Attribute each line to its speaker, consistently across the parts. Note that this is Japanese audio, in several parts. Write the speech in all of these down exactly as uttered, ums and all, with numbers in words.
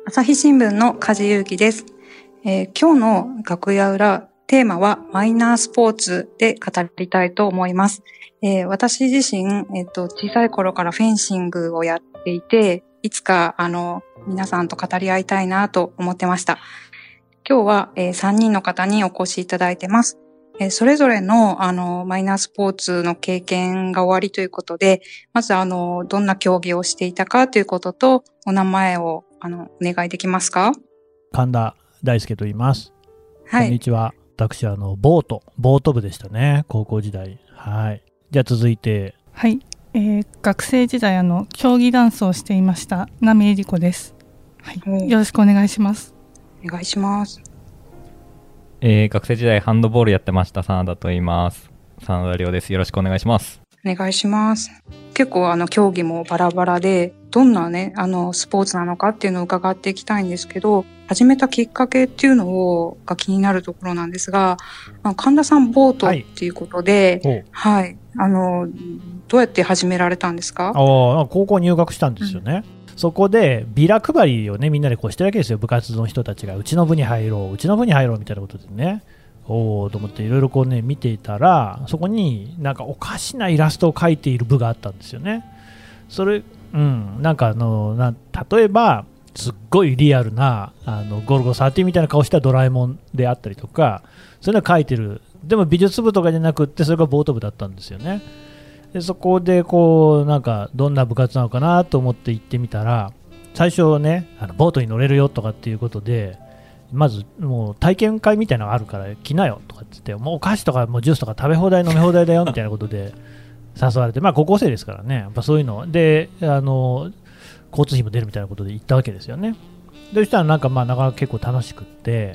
Speaker 1: 朝日新聞の梶裕貴です、えー。今日の楽屋裏、テーマはマイナースポーツで語りたいと思います。えー、私自身、えっと、小さい頃からフェンシングをやっていて、いつか、あの、皆さんと語り合いたいなと思ってました。今日は、えー、さんにんの方にお越しいただいてます。えー、それぞれの、あの、マイナースポーツの経験が終わりということで、まず、あの、どんな競技をしていたかということと、お名前を、あの、お願いできますか？
Speaker 2: 神田大輔と言います。
Speaker 1: はい。
Speaker 2: こんにちは。私、あの、ボート、ボート部でしたね、高校時代。はい。じゃあ続いて。
Speaker 3: はい。えー、学生時代、あの、競技ダンスをしていました、波江里子です。はい。よろしくお願いします。
Speaker 1: お願いします。
Speaker 4: えー、学生時代ハンドボールやってました真田と言います。真田亮です。よろしくお願いします。
Speaker 1: お願いします。結構あの競技もバラバラで、どんなね、あのスポーツなのかっていうのを伺っていきたいんですけど、始めたきっかけっていうのをが気になるところなんですが、神田さんボートっていうことで、はい、はい、あのどうやって始められたんですか？
Speaker 2: ああ、高校入学したんですよね。うん、そこでビラ配りをね、みんなでこうしてるわけですよ。部活の人たちがうちの部に入ろう、うちの部に入ろうみたいなことでね。おーと思っていろいろこうね見ていたら、そこになんかおかしなイラストを描いている部があったんですよね。それ、うん、なんかあのな例えばすっごいリアルなあのゴルゴじゅうさんみたいな顔したドラえもんであったりとか、そういうのを描いてる。でも美術部とかじゃなくってそれがボート部だったんですよね。でそこでこうなんかどんな部活なのかなと思って行ってみたら、最初ねあのボートに乗れるよとかっていうことで、まずもう体験会みたいなのがあるから来なよとかって言って、もうお菓子とかもうジュースとか食べ放題飲み放題だよみたいなことで誘われて、まあ高校生ですからね、やっぱそういうのであの交通費も出るみたいなことで行ったわけですよね。でそしたらなんかまあなかなか結構楽しくって、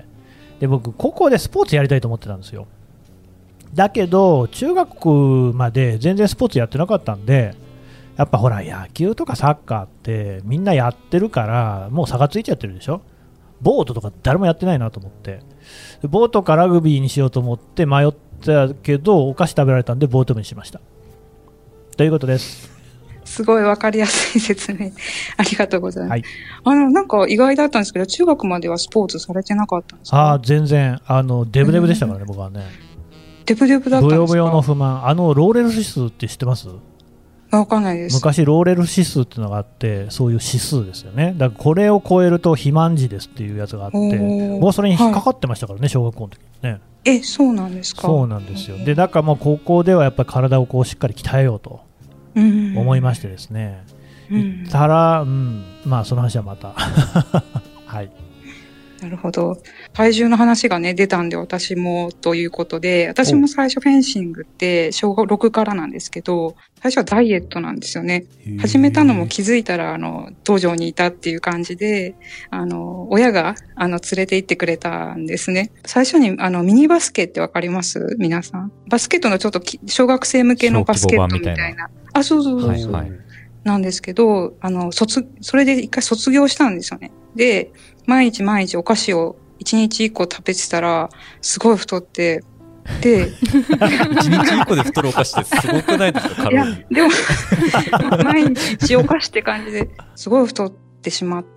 Speaker 2: で僕高校でスポーツやりたいと思ってたんですよ。だけど中学まで全然スポーツやってなかったんで、やっぱほら野球とかサッカーってみんなやってるからもう差がついちゃってるでしょ。ボートとか誰もやってないなと思って、ボートかラグビーにしようと思って迷ったけど、お菓子食べられたんでボート部にしましたということです。
Speaker 1: すごいわかりやすい説明ありがとうございます、はい、あのなんか意外だったんですけど、中学まではスポーツされてなかったんですか？
Speaker 2: あ全然あのデブデブでしたからね、僕はね。
Speaker 1: デブデブだったんですか？
Speaker 2: ブヨブヨの不満。あのローレル指数って知ってます？
Speaker 1: わかんないです。
Speaker 2: 昔ローレル指数っていうのがあって、そういう指数ですよね。だからこれを超えると肥満児ですっていうやつがあって、もうそれに引っかかってましたからね、はい、小学校の時にね。
Speaker 1: え、そうなんですか？
Speaker 2: そうなんですよ。でだからもう高校ではやっぱり体をこうしっかり鍛えようと思いましてですね、うん、行ったら、うん、まあその話はまたはい。
Speaker 1: なるほど。体重の話がね出たんで、私もということで、私も最初フェンシングって小ろくからなんですけど、最初はダイエットなんですよね。始めたのも気づいたらあの道場にいたっていう感じで、あの親があの連れて行ってくれたんですね。最初にあのミニバスケってわかります？皆さん。バスケットのちょっと小学生向けのバスケットみたいな。いなあ、そうそうそうそう、はいはい。なんですけど、あの卒それで一回卒業したんですよね。で、毎日毎日お菓子をいちにちいっこ食べてたらすごい太って、でいち
Speaker 4: にちいっこで太るお菓子ってすごくないですか？カロリー。いや
Speaker 1: でも毎日お菓子って感じですごい太ってしまって、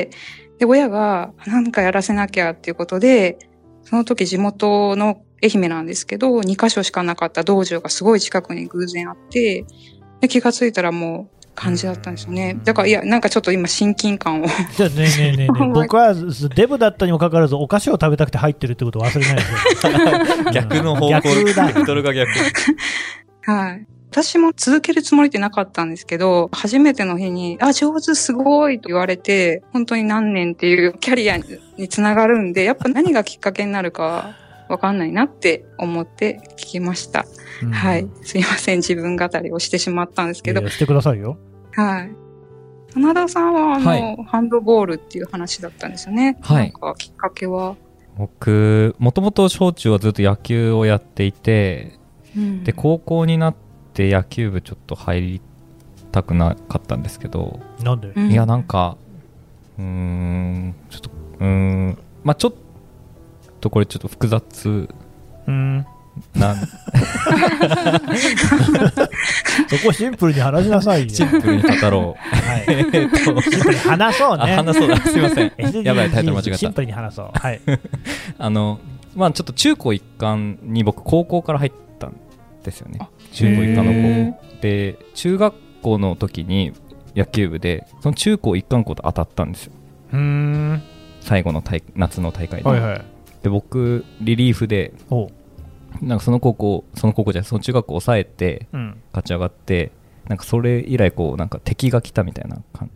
Speaker 1: で親が何かやらせなきゃっていうことで、その時地元の愛媛なんですけどにかしょしかなかった道場がすごい近くに偶然あって、で気がついたらもう感じだったんですよね。だからいやなんかちょっと今親近感を
Speaker 2: じゃあねえねえねえねえ僕はデブだったにもかかわらずお菓子を食べたくて入ってるってことを忘れないですよ
Speaker 4: 逆の方向、
Speaker 2: 逆だ
Speaker 4: ベクトルが逆
Speaker 1: はい。私も続けるつもりってなかったんですけど、初めての日にあ上手すごいと言われて、本当に何年っていうキャリアにつながるんで、やっぱ何がきっかけになるかわかんないなって思って聞きました。うん、はい。すいません。自分語りをしてしまったんですけど。
Speaker 2: いやしてくださいよ。
Speaker 1: はい。真田さんは、あの、はい、ハンドボールっていう話だったんですよね。はい。なんかきっかけは？
Speaker 4: 僕、もともと小中はずっと野球をやっていて、うん、で、高校になって野球部ちょっと入りたくなかったんですけど。
Speaker 2: なんで？
Speaker 4: いや、なんか、うーん、ちょっと、うーん、まあちょっとこれちょっと複雑。
Speaker 2: うん。
Speaker 4: なん
Speaker 2: そこシンプルに話しなさいよ。
Speaker 4: シンプルに語ろう。はい。えっと、
Speaker 2: シンプルに話そうね。
Speaker 4: 話そうだ。すいません。やばい、タイトル間違えた。
Speaker 2: シンプルに話そう。はい。
Speaker 4: あの、まあちょっと中高一貫に僕高校から入ったんですよね。中高一貫の高校で、中学校の時に野球部でその中高一貫校と当たったんですよ。
Speaker 2: うーん、
Speaker 4: 最後の大夏の大会で、
Speaker 2: はいはい、
Speaker 4: で僕リリーフでなんかその高校その高校じゃないその中学校を抑えて勝ち上がって、うん、なんかそれ以来こうなんか敵が来たみたいな感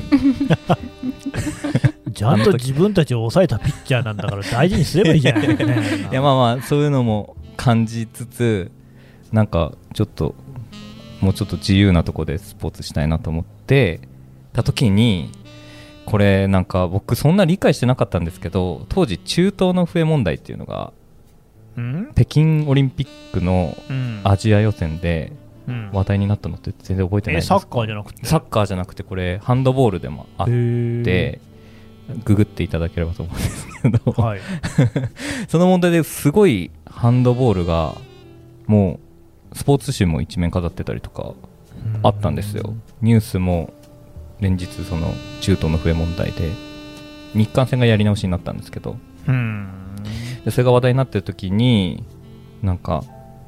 Speaker 4: じ
Speaker 2: ちゃんと自分たちを抑えたピッチャーなんだから大事にすればいいじゃないですかね。
Speaker 4: いやまあまあそういうのも感じつつ、なんかちょっともうちょっと自由なとこでスポーツしたいなと思ってた時に、これなんか僕そんな理解してなかったんですけど、当時中東の笛問題っていうのが北京オリンピックのアジア予選で話題になったのって全然覚えてないんですか？
Speaker 2: え、サッカーじゃなくて？
Speaker 4: サッカーじゃなくてこれハンドボールでもあって、ググっていただければと思うんですけど、はい、その問題ですごいハンドボールがもうスポーツ紙も一面飾ってたりとかあったんですよ。ニュースも連日その中東の笛問題で日韓戦がやり直しになったんですけど、うんでそれが話題になってる時になんか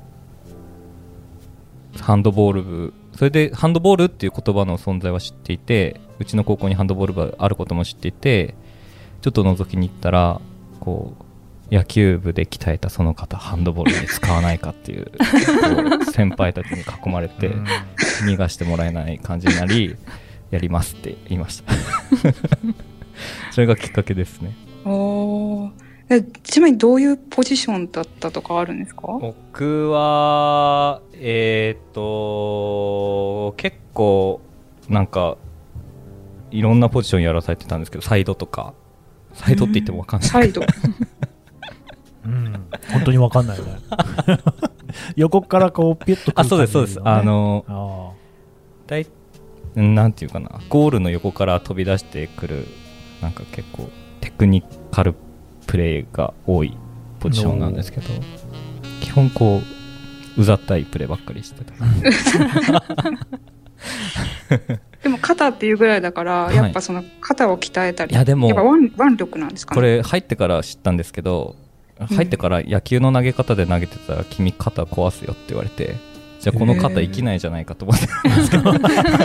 Speaker 4: ハンドボール部、それでハンドボールっていう言葉の存在は知っていて、うちの高校にハンドボール部があることも知っていて、ちょっと覗きに行ったらこう野球部で鍛えたその方ハンドボールに使わないかっていうこう先輩たちに囲まれて逃がしてもらえない感じになりやりますって言いましたそれがきっかけですね。
Speaker 1: おえちなみにどういうポジションだったとかあるんですか？
Speaker 4: 僕はえー、っと結構なんかいろんなポジションやらされてたんですけど、サイドとかサイドって言っても分かんない、うん、
Speaker 1: サイド
Speaker 2: うん本当に分かんないね横からこうピュッとくる感じ、ね、あ
Speaker 4: そうですそうです、あのあだいなんていうかな、ゴールの横から飛び出してくるなんか結構テクニカルプレーが多いポジションなんですけど、基本こううざったいプレーばっかりしてた
Speaker 1: でも肩っていうぐらいだから、はい、やっぱその肩を鍛えたり、
Speaker 4: いやでも
Speaker 1: やっぱ腕腕力なんですかね。
Speaker 4: これ入ってから知ったんですけど、入ってから野球の投げ方で投げてたら君肩壊すよって言われて、じゃあこの肩生きないじゃないかと思ってたんですけどそう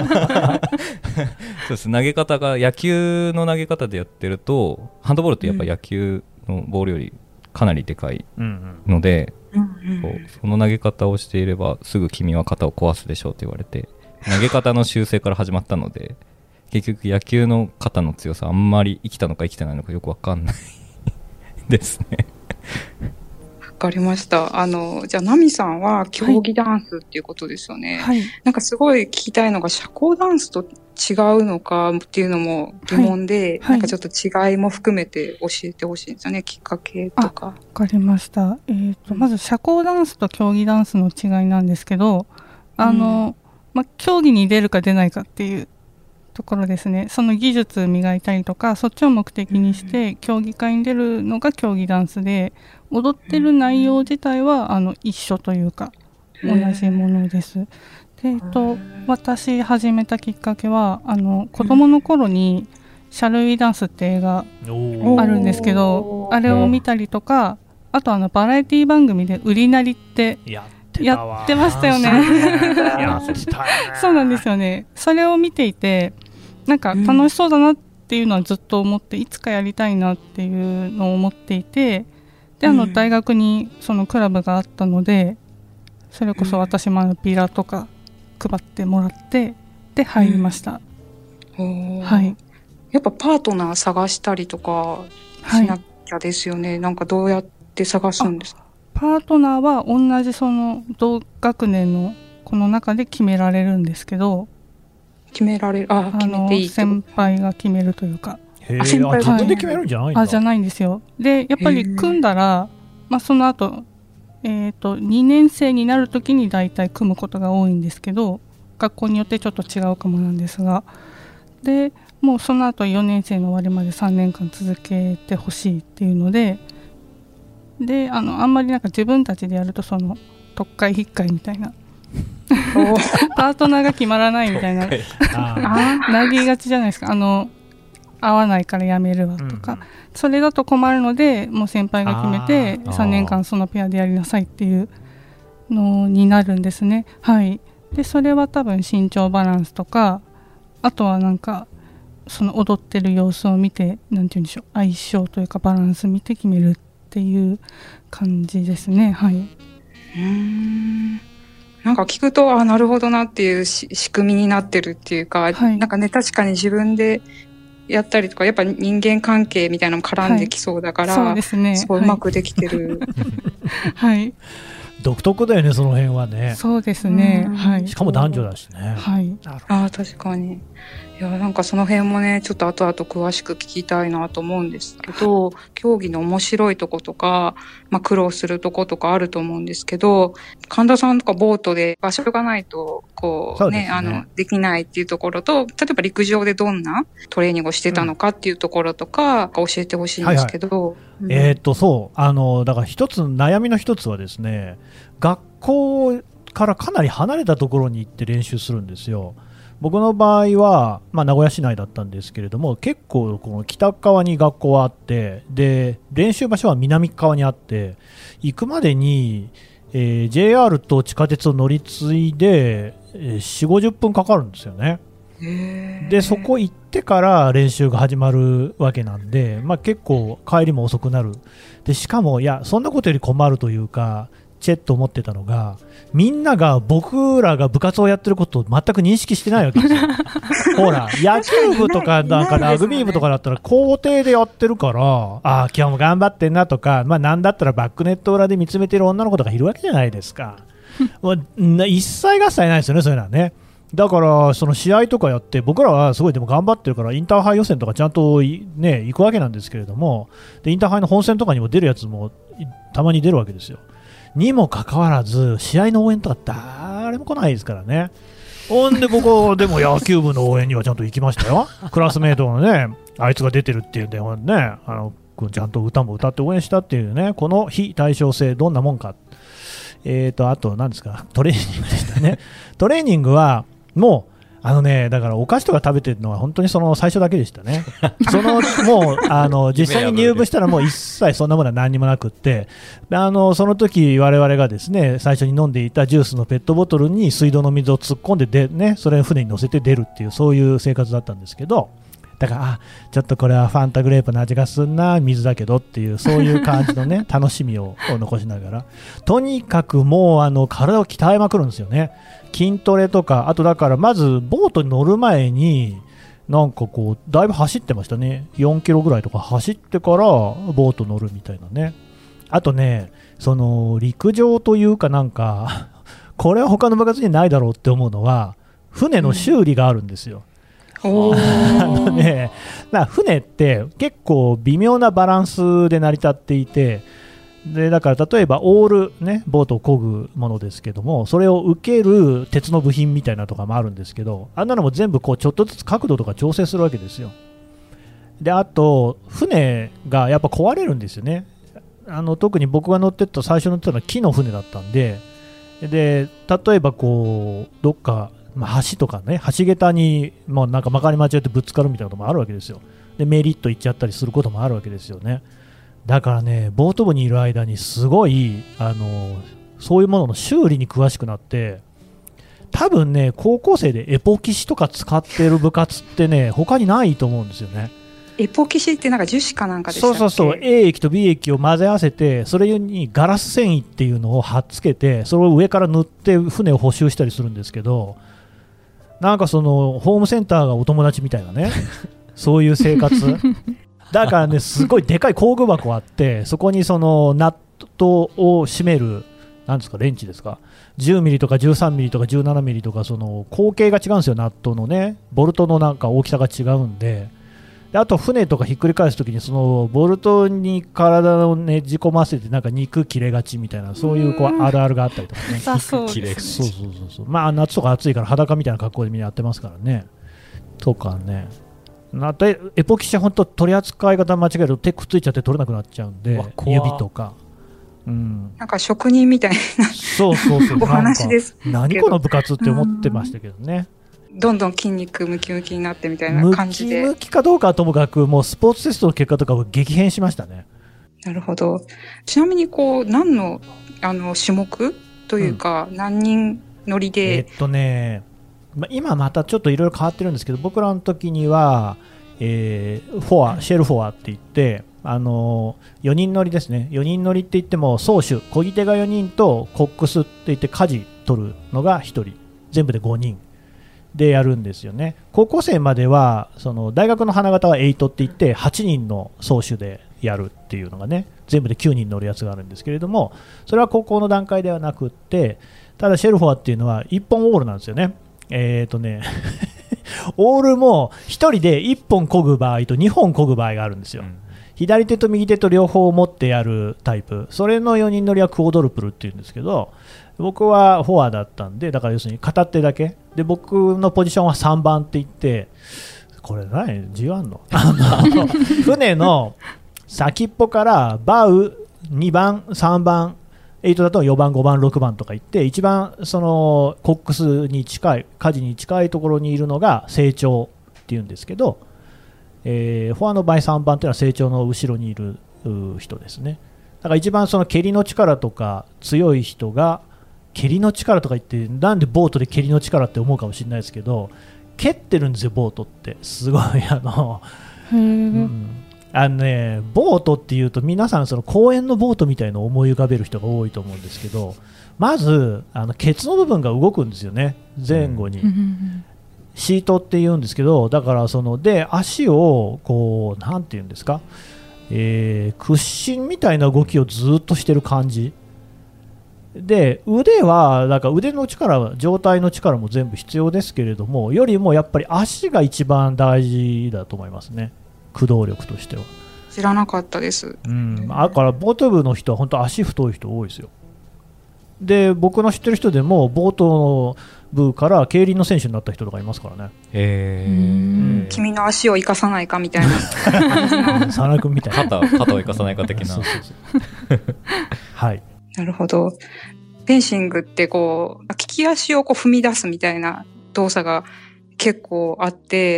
Speaker 4: です、投げ方が野球の投げ方でやってると、ハンドボールってやっぱ野球のボールよりかなりでかいので、うんうん、そうその投げ方をしていればすぐ君は肩を壊すでしょうって言われて、投げ方の修正から始まったので結局野球の肩の強さあんまり生きたのか生きてないのかよく分かんないですね。
Speaker 1: わかりました。あのじゃあナミさんは競技ダンスっていうことですよね、はい、なんかすごい聞きたいのが、社交ダンスと違うのかっていうのも疑問で、はいはい、なんかちょっと違いも含めて教えてほしいんですよね、きっかけとか。
Speaker 3: わかりました、えーと、まず社交ダンスと競技ダンスの違いなんですけど、あの、うんまあ、競技に出るか出ないかっていうところですね。その技術磨いたりとかそっちを目的にして競技会に出るのが競技ダンスで、踊ってる内容自体はあの一緒というか同じものです。で、えっと、私始めたきっかけはあの子供の頃にシャルウィダンスって映画あるんですけど、あれを見たりとか、あとあのバラエティ番組で売りなりってやってましたよねそうなんですよね。それを見ていてなんか楽しそうだなっていうのはずっと思って、いつかやりたいなっていうのを思っていて、であの大学にそのクラブがあったので、それこそ私もあのビラとか配ってもらってで入りました、
Speaker 1: うんはい、やっぱパートナー探したりとかしなきゃですよね、はい、なんかどうやって探すんですか？
Speaker 3: パートナーは同じその同学年の子の中で決められるんですけど、
Speaker 1: 決められる、あ、決めていいと、
Speaker 3: 先輩が決めるというか。
Speaker 2: へー、あ、先輩が自分で決めるんじゃないんだ。
Speaker 3: あ、じゃないんですよ。でやっぱり組んだら、まあ、その後、えーとにねん生になるときに大体組むことが多いんですけど、学校によってちょっと違うかもなんですが、でもうその後よねん生の終わりまでさんねんかん続けてほしいっていうので、で あのあんまりなんか自分たちでやるとその特会引っかいみたいなパートナーが決まらないみたいななりがちじゃないですか。あの合わないからやめるわとか、うん、それだと困るのでもう先輩が決めてさんねんかんそのペアでやりなさいっていうのになるんですね。はい。でそれは多分身長バランスとか、あとはなんかその踊ってる様子を見て、なんて言うんでしょう、相性というかバランス見て決めるっていう感じですね。はい。う
Speaker 1: ーん、なんか聞くとあなるほどなっていうし仕組みになってるっていうか、はい、なんかね確かに自分でやったりとかやっぱ人間関係みたいなのも絡んできそうだから、はい、そうですね、すごいうまくできてる。
Speaker 3: はい。
Speaker 2: 独特だよねその辺はね。
Speaker 3: そうですね、はい、
Speaker 2: しかも男女だしね。
Speaker 3: はい。
Speaker 1: あ、確かに。いやなんかその辺もねちょっと後々詳しく聞きたいなと思うんですけど、競技の面白いとことか、まあ、苦労するとことかあると思うんですけど、神田さんとかボートで場所がないとこう ね, ねあのできないっていうところと、例えば陸上でどんなトレーニングをしてたのかっていうところとか教えてほしいんですけど、はいはい、うん、え
Speaker 2: ー、っとそうあのだから一つ悩みの一つはですね、学校からかなり離れたところに行って練習するんですよ。僕の場合は、まあ、名古屋市内だったんですけれども、結構この北側に学校はあって、で練習場所は南側にあって、行くまでに、えー、ジェイアール と地下鉄を乗り継いで、えー、よんじゅうごじゅっぷんかかるんですよね。でそこ行ってから練習が始まるわけなんで、まあ、結構帰りも遅くなる。でしかもいやそんなことより困るというか、チェッと思ってたのが、みんなが僕らが部活をやってることを全く認識してないわけですよ。ほら野球部とかなんかラグビー部とかだったら校庭でやってるから、ああ今日も頑張ってんなとか、まあ、なんだったらバックネット裏で見つめてる女の子とかいるわけじゃないですか。もう一切合切ないですよね、そういうのはね。だからその試合とかやって僕らはすごいでも頑張ってるからインターハイ予選とかちゃんと、ね、行くわけなんですけれども、でインターハイの本戦とかにも出るやつもたまに出るわけですよ。にもかかわらず試合の応援とか誰も来ないですからね。ほんで僕でも野球部の応援にはちゃんと行きましたよ。クラスメートのねあいつが出てるっていうんで、ほんでねあのちゃんと歌も歌って応援したっていうね、この非対称性どんなもんか。えーとあと何ですか、トレーニングでしたね。トレーニングはもうあのね、だからお菓子とか食べてるのは本当にその最初だけでしたね。そのもうあの実際に入部したらもう一切そんなものは何にもなくって、あのその時我々がですね最初に飲んでいたジュースのペットボトルに水道の水を突っ込んでで、ね、それを船に乗せて出るっていうそういう生活だったんですけど、だからあちょっとこれはファンタグレープの味がすんな水だけどっていうそういう感じのね楽しみを残しながら、とにかくもうあの体を鍛えまくるんですよね。筋トレとか、あとだからまずボートに乗る前になんかこうだいぶ走ってましたね。よんキロぐらいとか走ってからボート乗るみたいなね。あとねその陸上というかなんかこれは他の部活にないだろうって思うのは船の修理があるんですよ。うん、あのね、だ船って結構微妙なバランスで成り立っていて、でだから例えばオール、ね、ボートを漕ぐものですけども、それを受ける鉄の部品みたいなとかもあるんですけど、あんなのも全部こうちょっとずつ角度とか調整するわけですよ。であと船がやっぱ壊れるんですよね。あの特に僕が乗ってた最初乗ってたのは木の船だったんで、で例えばこうどっか、まあ、橋とかね橋桁に、まあ、なんか曲がり間違ってぶつかるみたいなこともあるわけですよ。でメリッといっちゃったりすることもあるわけですよね。だからねボート部にいる間にすごいあのそういうものの修理に詳しくなって、多分ね高校生でエポキシとか使ってる部活ってね他にないと思うんですよね。
Speaker 1: エポキシってなんか樹脂かなんかでしたっけ？
Speaker 2: そうそうそう、A 液と B 液を混ぜ合わせて、それにガラス繊維っていうのを貼っつけて、それを上から塗って船を補修したりするんですけど、なんかそのホームセンターがお友達みたいなねそういう生活だからねすごいでかい工具箱あって、そこにそのナットを締めるなんですかレンチですか、じゅうミリとかじゅうさんミリとかじゅうななミリとかその口径が違うんですよ。ナットのねボルトのなんか大きさが違うんで、であと船とかひっくり返すときにそのボルトに体をねじ込ませてなんか肉切れがちみたいな、そういうこうあるあるがあったりとかね。
Speaker 3: そうですね。
Speaker 2: そうそうそうそう、まあ夏とか暑いから裸みたいな格好でみんなやってますからね。とかね、なエポキシは本当取り扱い方間違えると手くっついちゃって取れなくなっちゃうんで、指とかうん、
Speaker 1: なんか職人みたいな
Speaker 2: そうそうそう
Speaker 1: お話ですけど、
Speaker 2: 何この部活って思ってましたけどね。
Speaker 1: どんどん筋肉ムキムキになってみたいな感じで。
Speaker 2: ムキムキかどうかはともかく、もうスポーツテストの結果とかは激変しましたね。
Speaker 1: なるほど。ちなみにこう何のあの種目というか、うん、何人乗りで。
Speaker 2: えっとね、ま、今またちょっといろいろ変わってるんですけど、僕らの時には、えー、フォアシェルフォアって言って、あのー、よにん乗りですね。よにん乗りって言っても走手、漕ぎ手がよにんとコックスって言って舵取るのがひとり、全部でごにんでやるんですよね。高校生まではその大学の花形ははちって言ってはちにんの走手でやるっていうのがね、全部できゅうにん乗るやつがあるんですけれども、それは高校の段階ではなくって、ただシェルフォアっていうのはいっぽんオールなんですよね。えーとねオールもひとりでいっぽん漕ぐ場合とにほん漕ぐ場合があるんですよ、うん、左手と右手と両方持ってやるタイプ、それのよにん乗りはクオドルプルっていうんですけど、僕はフォアだったんで、だから要するに片手だけで、僕のポジションはさんばんって言って、これ何字あんの船の先っぽからバウにばんさんばんはちだとよばんごばんろくばんとか言って、一番そのコックスに近い舵に近いところにいるのが成長っていうんですけど、えー、フォアの場合さんばんっていうのは成長の後ろにいる人ですね。だから一番その蹴りの力とか強い人が、蹴りの力とか言ってなんでボートで蹴りの力って思うかもしれないですけど、蹴ってるんですよボートって。すごいあの、うん、あのね、ボートっていうと皆さんその公園のボートみたいのを思い浮かべる人が多いと思うんですけど、まずあのケツの部分が動くんですよね、前後に、うん、シートっていうんですけど、だからそので足をこうなんていうんですか、えー、屈伸みたいな動きをずっとしてる感じで、腕はなんか腕の力、上体の力も全部必要ですけれども、よりもやっぱり足が一番大事だと思いますね、駆動力としては。
Speaker 1: 知らなかったです、
Speaker 2: うん、だからボート部の人は本当足太い人多いですよ。で僕の知ってる人でもボート部から競輪の選手になった人とかいますからね。
Speaker 1: へー、君の足を生かさないかみたいな
Speaker 2: 佐野君みたいな
Speaker 4: 肩, 肩を生かさないか的なそうそうそう
Speaker 2: はい、
Speaker 1: なるほど。フェンシングってこう利き足をこう踏み出すみたいな動作が結構あって、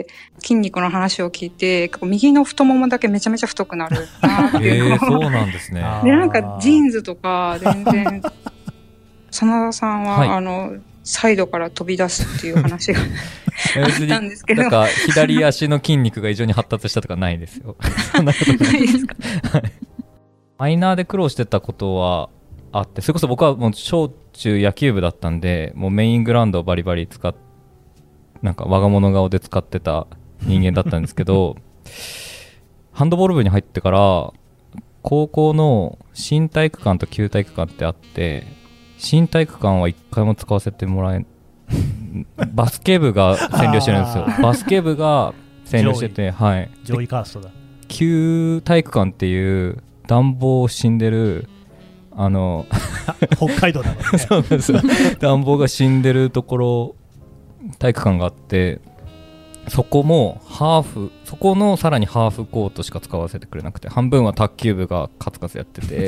Speaker 1: 筋肉の話を聞いて右の太ももだけめちゃめちゃ太くなるなっていうのを、
Speaker 4: えー、そうなんですね。
Speaker 1: でなんかジーンズとか全然真田さんは、はい、あのサイドから飛び出すっていう話があったんですけど、
Speaker 4: なんか左足の筋肉が異常に発達したとかないですよそんなことないですかマイナーで苦労してたことはあって、それこそ僕はもう小中野球部だったんで、もうメイングラウンドをバリバリ使っなんか我が物顔で使ってた人間だったんですけどハンドボール部に入ってから高校の新体育館と旧体育館ってあって、新体育館は一回も使わせてもらえバスケ部が占領してるんですよバスケ部が占領してて、はい、
Speaker 2: 上位カーストだ。
Speaker 4: 旧体育館っていう暖房死んでるあの
Speaker 2: 北海道だもんね
Speaker 4: そうなんですよ暖房が死んでるところ体育館があって、そこもハーフ、そこのさらにハーフコートしか使わせてくれなくて、半分は卓球部がカツカツやってて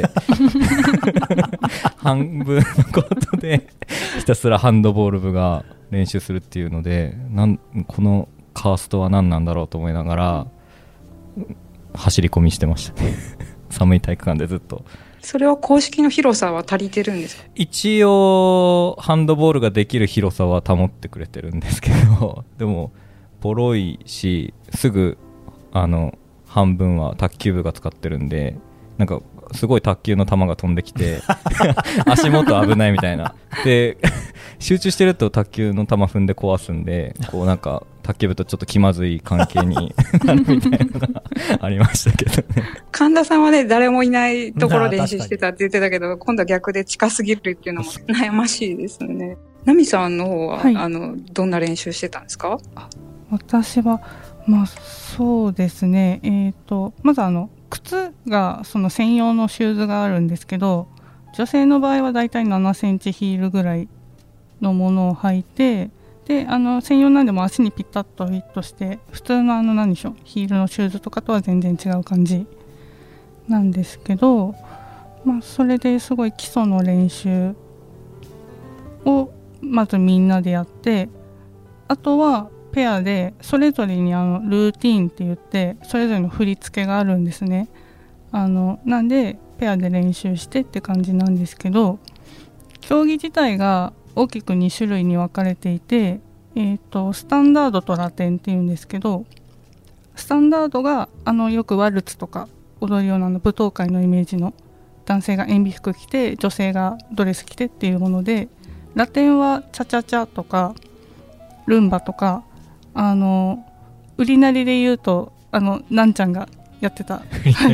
Speaker 4: 半分のコートでひたすらハンドボール部が練習するっていうので、なんこのカーストは何なんだろうと思いながら走り込みしてましたね寒い体育館でずっと。
Speaker 1: それは公式の広さは足りてるんですか？
Speaker 4: 一応ハンドボールができる広さは保ってくれてるんですけど、でもボロいし、すぐあの半分は卓球部が使ってるんで、なんかすごい卓球の球が飛んできて足元危ないみたいなで集中してると卓球の球踏んで壊すんで、こうなんか卓球部とちょっと気まずい関係になるみたいなのがありましたけどね
Speaker 1: 神田さんはね、誰もいないところで練習してたって言ってたけど、今度は逆で近すぎるっていうのも悩ましいですね。ナミさんの方は、はい、あのどんな練習してたんですか？
Speaker 3: 私はまあそうですね、えーとまずあの靴がその専用のシューズがあるんですけど、女性の場合はだいたいななセンチヒールぐらいのものを履いて、であの専用なんでも足にピタッとフィットして、普通のあの何でしょうヒールのシューズとかとは全然違う感じなんですけど、 まあ、それですごい基礎の練習をまずみんなでやって、あとはペアでそれぞれにあのルーティーンって言ってそれぞれの振り付けがあるんですね。あのなんでペアで練習してって感じなんですけど、競技自体が大きくに種類に分かれていて、えーと、スタンダードとラテンっていうんですけど、スタンダードがあのよくワルツとか踊るようなの舞踏会のイメージの男性が演美服着て女性がドレス着てっていうもので、ラテンはチャチャチャとかルンバとか、あの売りなりで言うとあのなんちゃんがやってた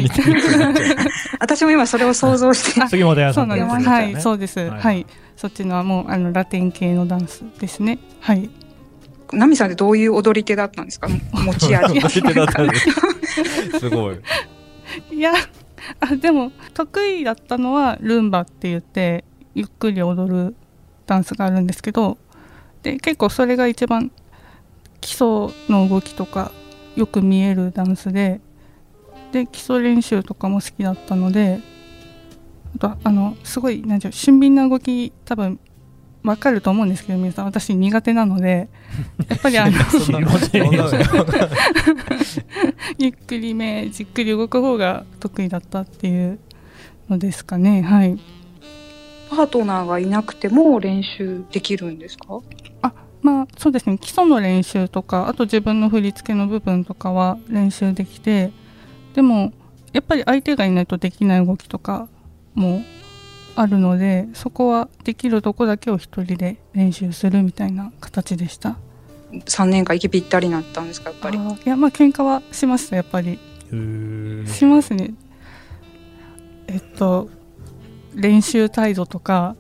Speaker 1: 私も今それを想像して
Speaker 2: 杉本屋さん
Speaker 3: そうなんです、はい、そうです、はい、はい、そっちのはもうあのラテン系のダンスですね。はい。
Speaker 1: ナミさんってどういう踊り手だったんですか？持ち味。
Speaker 4: 持ち手だったんですすごい。
Speaker 3: いやあでも得意だったのはルンバって言ってゆっくり踊るダンスがあるんですけど、で結構それが一番基礎の動きとかよく見えるダンスで、で基礎練習とかも好きだったので、あとあのすごいなんていう俊敏な動き多分分かると思うんですけど、皆さん私苦手なのでやっぱりあのゆっくりめじっくり動く方が得意だったっていうのですかね。はい。
Speaker 1: パートナーがいなくても練習できるんですか？
Speaker 3: あ、まあそうですね、基礎の練習とかあと自分の振り付けの部分とかは練習できて、でもやっぱり相手がいないとできない動きとかもあるので、そこはできるとこだけを一人で練習するみたいな形でした。
Speaker 1: さんねんかん息ぴったりになったんですか？やっぱり。
Speaker 3: あ、いやまあ喧嘩はしました。やっぱりしますね。えっと練習態度とか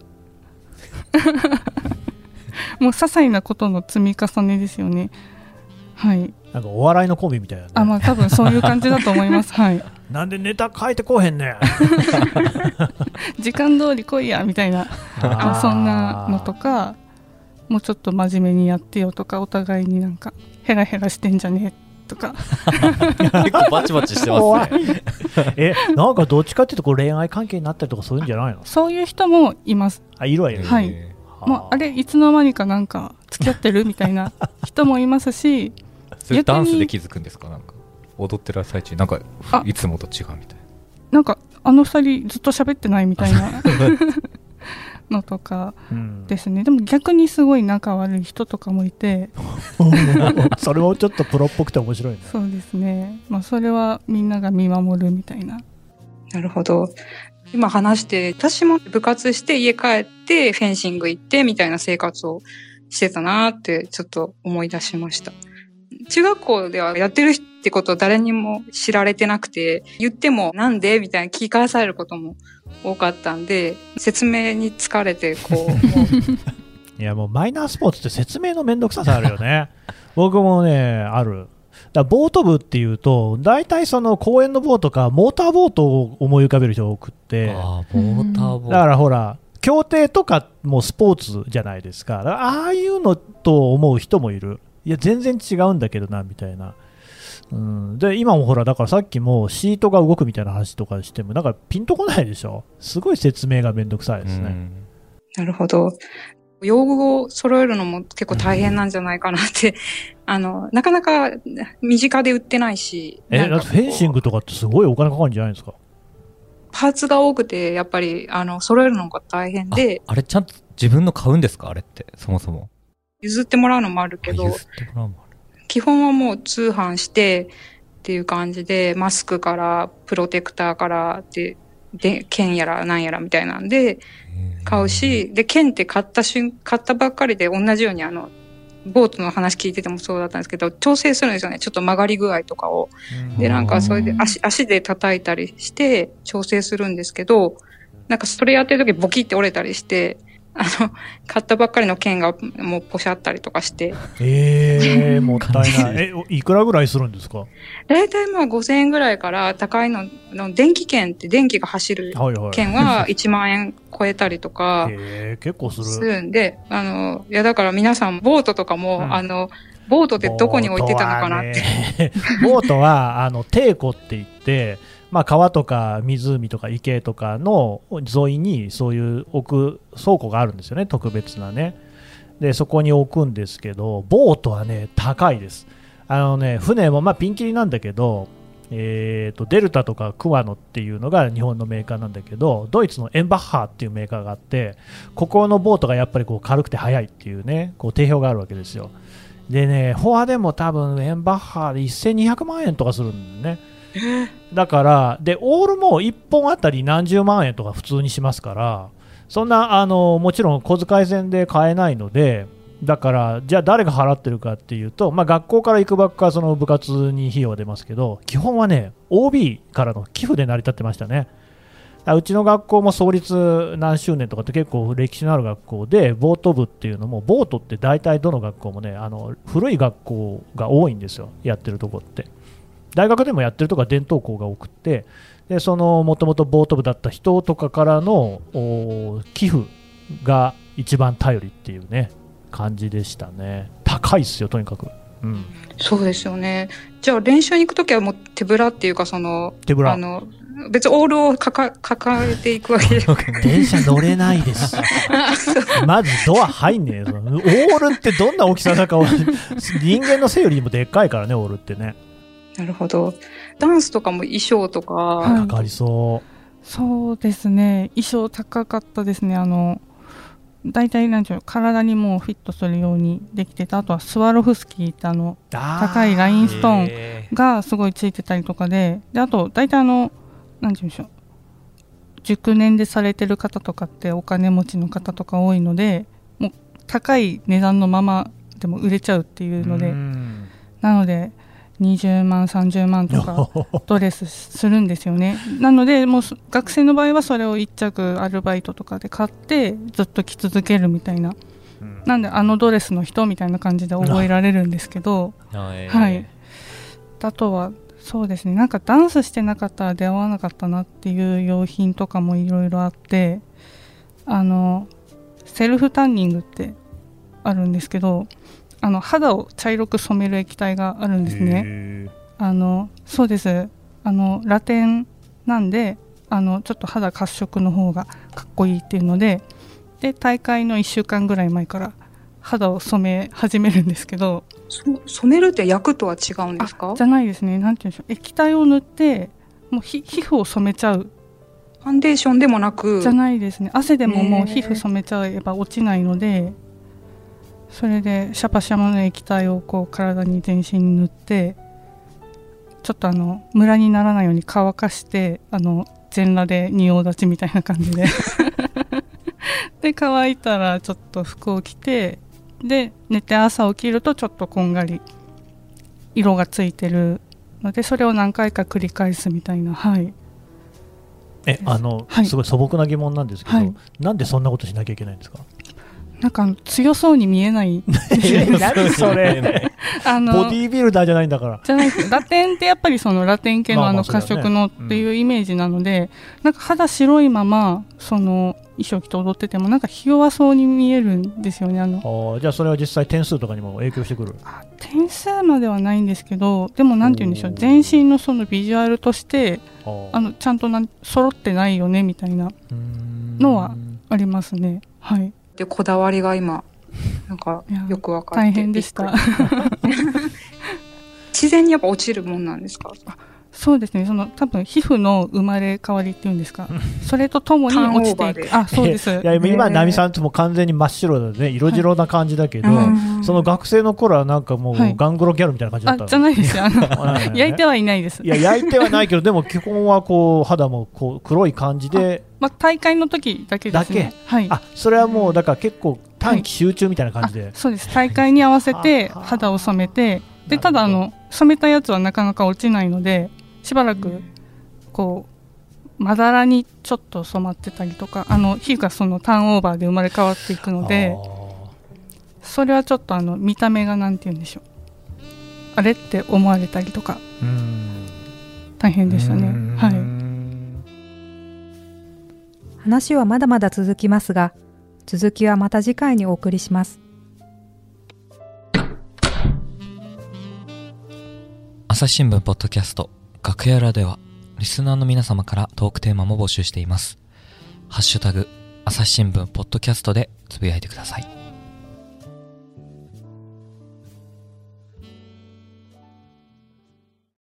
Speaker 3: もう些細なことの積み重ねですよね。はい。
Speaker 2: なんかお笑いのコンビみたいな、ね、
Speaker 3: あ、まあ多分そういう感じだと思いますはい。
Speaker 2: なんでネタ書いてこうへんねん
Speaker 3: 時間通り来いやみたいなあそんなのとか、もうちょっと真面目にやってよとか、お互いになんかヘラヘラしてんじゃねえとか
Speaker 4: 結構バチバチしてますね
Speaker 2: え、なんかどっちかっていうとこう恋愛関係になったりとかそういうんじゃないの？
Speaker 3: そういう人もいます。
Speaker 2: あ、いるわいる。
Speaker 3: はい。もうあれいつの間にかなんか付き合ってるみたいな人もいますし
Speaker 4: それダンスで気づくんですか？なんか踊ってる最中なんかいつもと違うみたいな、
Speaker 3: なんかあのふたりずっと喋ってないみたいなのとかですね、うん、でも逆にすごい仲悪い人とかもいて
Speaker 2: それもちょっとプロっぽくて面白いね。
Speaker 3: そうですね、まあ、それはみんなが見守るみたいな。
Speaker 1: なるほど。今話して私も部活して家帰ってフェンシング行ってみたいな生活をしてたなってちょっと思い出しました。中学校ではやってるってことを誰にも知られてなくて、言ってもなんでみたいな聞き返されることも多かったんで、説明に疲れてこうもう
Speaker 2: いやもうマイナースポーツって説明のめんどくささあるよね僕もねある。だボート部っていうと大体その公園のボートかモーターボートを思い浮かべる人が多くって、
Speaker 4: あーモーターボート
Speaker 2: だからほら競艇とかもスポーツじゃないですか。だからああいうのと思う人もいる。いや全然違うんだけどなみたいな、うん、で今もほらだからさっきもシートが動くみたいな話とかしてもなんかピンとこないでしょ。すごい説明がめんどくさいですね、うん、
Speaker 1: なるほど。用語を揃えるのも結構大変なんじゃないかなって、うん、あのなかなか身近で売ってないし、
Speaker 2: えだってフェンシングとかってすごいお金かかるんじゃないですか。
Speaker 1: パーツが多くてやっぱりあの揃えるのが大変で。
Speaker 4: あ, あれちゃんと自分の買うんですか？あれってそもそも
Speaker 1: 譲ってもらうのもあるけど、基本はもう通販してっていう感じで、マスクからプロテクターからで、で剣やらなんやらみたいなんで買うし、で剣って買った瞬買ったばっかりで同じようにあのボートの話聞いててもそうだったんですけど、調整するんですよね。ちょっと曲がり具合とかを。でなんかそれで足足で叩いたりして調整するんですけど、なんかそれやってる時ボキって折れたりして。あの買ったばっかりの剣がもうポシャったりとかして、
Speaker 2: えー、もったいないえいくらぐらいするんですか？
Speaker 1: だいたいまあごせんえんぐらいから高いのの電気剣って電気が走る剣はいちまんえん超えたりとか
Speaker 2: えー、結構する
Speaker 1: するんで、あのいやだから皆さんボートとかも、うん、あのボートってどこに置いてたのかなって。
Speaker 2: ボートはあのテーコって言ってまあ、川とか湖とか池とかの沿いにそういう置く倉庫があるんですよね、特別なね。でそこに置くんですけど、ボートはね高いです。あのね船もまあピンキリなんだけど、えーとデルタとかクワノっていうのが日本のメーカーなんだけど、ドイツのエンバッハーっていうメーカーがあって、ここのボートがやっぱりこう軽くて速いっていうね、こう定評があるわけですよ。でね、フォアでも多分エンバッハーでせんにひゃくまんえんとかするんだよね。だからでオールもいっぽんあたり何十万円とか普通にしますから、そんなあのもちろん小遣い銭で買えないので、だからじゃあ誰が払ってるかっていうと、まあ、学校から行くばっかその部活に費用が出ますけど、基本はね オービー からの寄付で成り立ってましたね。うちの学校も創立何周年とかって結構歴史のある学校で、ボート部っていうのも、ボートって大体どの学校もね、あの古い学校が多いんですよ、やってるとこって。大学でもやってるとこは伝統校が多くて、でそのもともとボート部だった人とかからの寄付が一番頼りっていうね感じでしたね。高いっすよとにかく。うん、そうですよね。じゃあ練習に行くときはもう手ぶらっていうか、その手ぶら、あの別にオールをかか抱えていくわけで電車乗れないですまずドア入んねえよ。オールってどんな大きさだか人間の背よりもでっかいからね、オールってね。なるほど。ダンスとかも衣装とかかかりそう。
Speaker 3: そうですね、衣装高かったですね。あの大体なんていうの、体にもうフィットするようにできてた。あとはスワロフスキーってあの高いラインストーンがすごいついてたりとかで、であと大体あのなんていうんでしょう、熟年でされてる方とかってお金持ちの方とか多いので、もう高い値段のままでも売れちゃうっていうので、なのでにじゅうまんさんじゅうまんとかドレスするんですよね。なのでもう学生の場合はそれをいっ着アルバイトとかで買ってずっと着続けるみたいな、うん、なんであのドレスの人みたいな感じで覚えられるんですけど、はい、あとはそうですね、なんかダンスしてなかったら出会わなかったなっていう用品とかもいろいろあって、あのセルフタンニングってあるんですけど、あの肌を茶色く染める液体があるんですね。あのそうです、あのラテンなんで、あのちょっと肌褐色の方がかっこいいっていうので、で大会のいっしゅうかんぐらい前から肌を染め始めるんですけど。染めるって焼くとは違うんですか？じゃないですね、なんていうんでしょう、液体を塗ってもう皮膚を染めちゃう。
Speaker 1: ファンデーションでもなく？
Speaker 3: じゃないですね、汗でももう皮膚染めちゃえば落ちないので、それでシャパシャパの液体をこう体に全身に塗って、ちょっとあのムラにならないように乾かして、あの全裸で仁王立ちみたいな感じでで乾いたらちょっと服を着て、で寝て朝起きるとちょっとこんがり色がついてるので、それを何回か繰り返すみたいな。はい。
Speaker 2: えあの、はい、すごい素朴な疑問なんですけど、はい、なんでそんなことしなきゃいけないんですか？
Speaker 3: なんか強そうに見えない
Speaker 2: 何それあのボディービルダーじゃないんだから。
Speaker 3: じゃないです。ラテンってやっぱりそのラテン系のあの褐色のっていうイメージなので、まあまあね、うん、なんか肌白いままその衣装着て踊っててもなんかひ弱そうに見えるんですよね。あの
Speaker 2: あじゃあそれは実際点数とかにも影響してくる？
Speaker 3: あ点数まではないんですけど、でもなんて言うんでしょう、全身のそのビジュアルとしてあのちゃんとなん揃ってないよねみたいなのはありますね。はい。
Speaker 1: でこだわりが今なんかよく分かって
Speaker 3: 大変でした
Speaker 1: 自然にやっぱ落ちるもんなんですか？
Speaker 3: そうですね、その多分皮膚の生まれ変わりっていうんですかそれとともに落ちていく。あそうですい
Speaker 2: や今奈美さんとも完全に真っ白でね、色白な感じだけど、はい、その学生の頃はなんかもう、はい、ガングロギャルみたいな感じだったの？
Speaker 3: あじゃないですよ、あの焼いてはいないです。
Speaker 2: いや焼いてはないけどでも基本はこう肌もこう黒い感じで、
Speaker 3: まあ、大会の時だけですね。
Speaker 2: だけ、はい、あそれはもうだから結構短期集中みたいな感じで、
Speaker 3: はい、そうです。大会に合わせて肌を染めて、でただあの染めたやつはなかなか落ちないので、しばらくこうまだらにちょっと染まってたりとか、あの皮膚がそのターンオーバーで生まれ変わっていくので、それはちょっとあの見た目がなんて言うんでしょう、あれって思われたりとか、うん大変でしたね。はい。
Speaker 5: 話はまだまだ続きますが、続きはまた次回にお送りします。
Speaker 6: 朝日新聞ポッドキャスト楽屋裏ではリスナーの皆様からトークテーマも募集しています。ハッシュタグ朝日新聞ポッドキャストでつぶやいてください。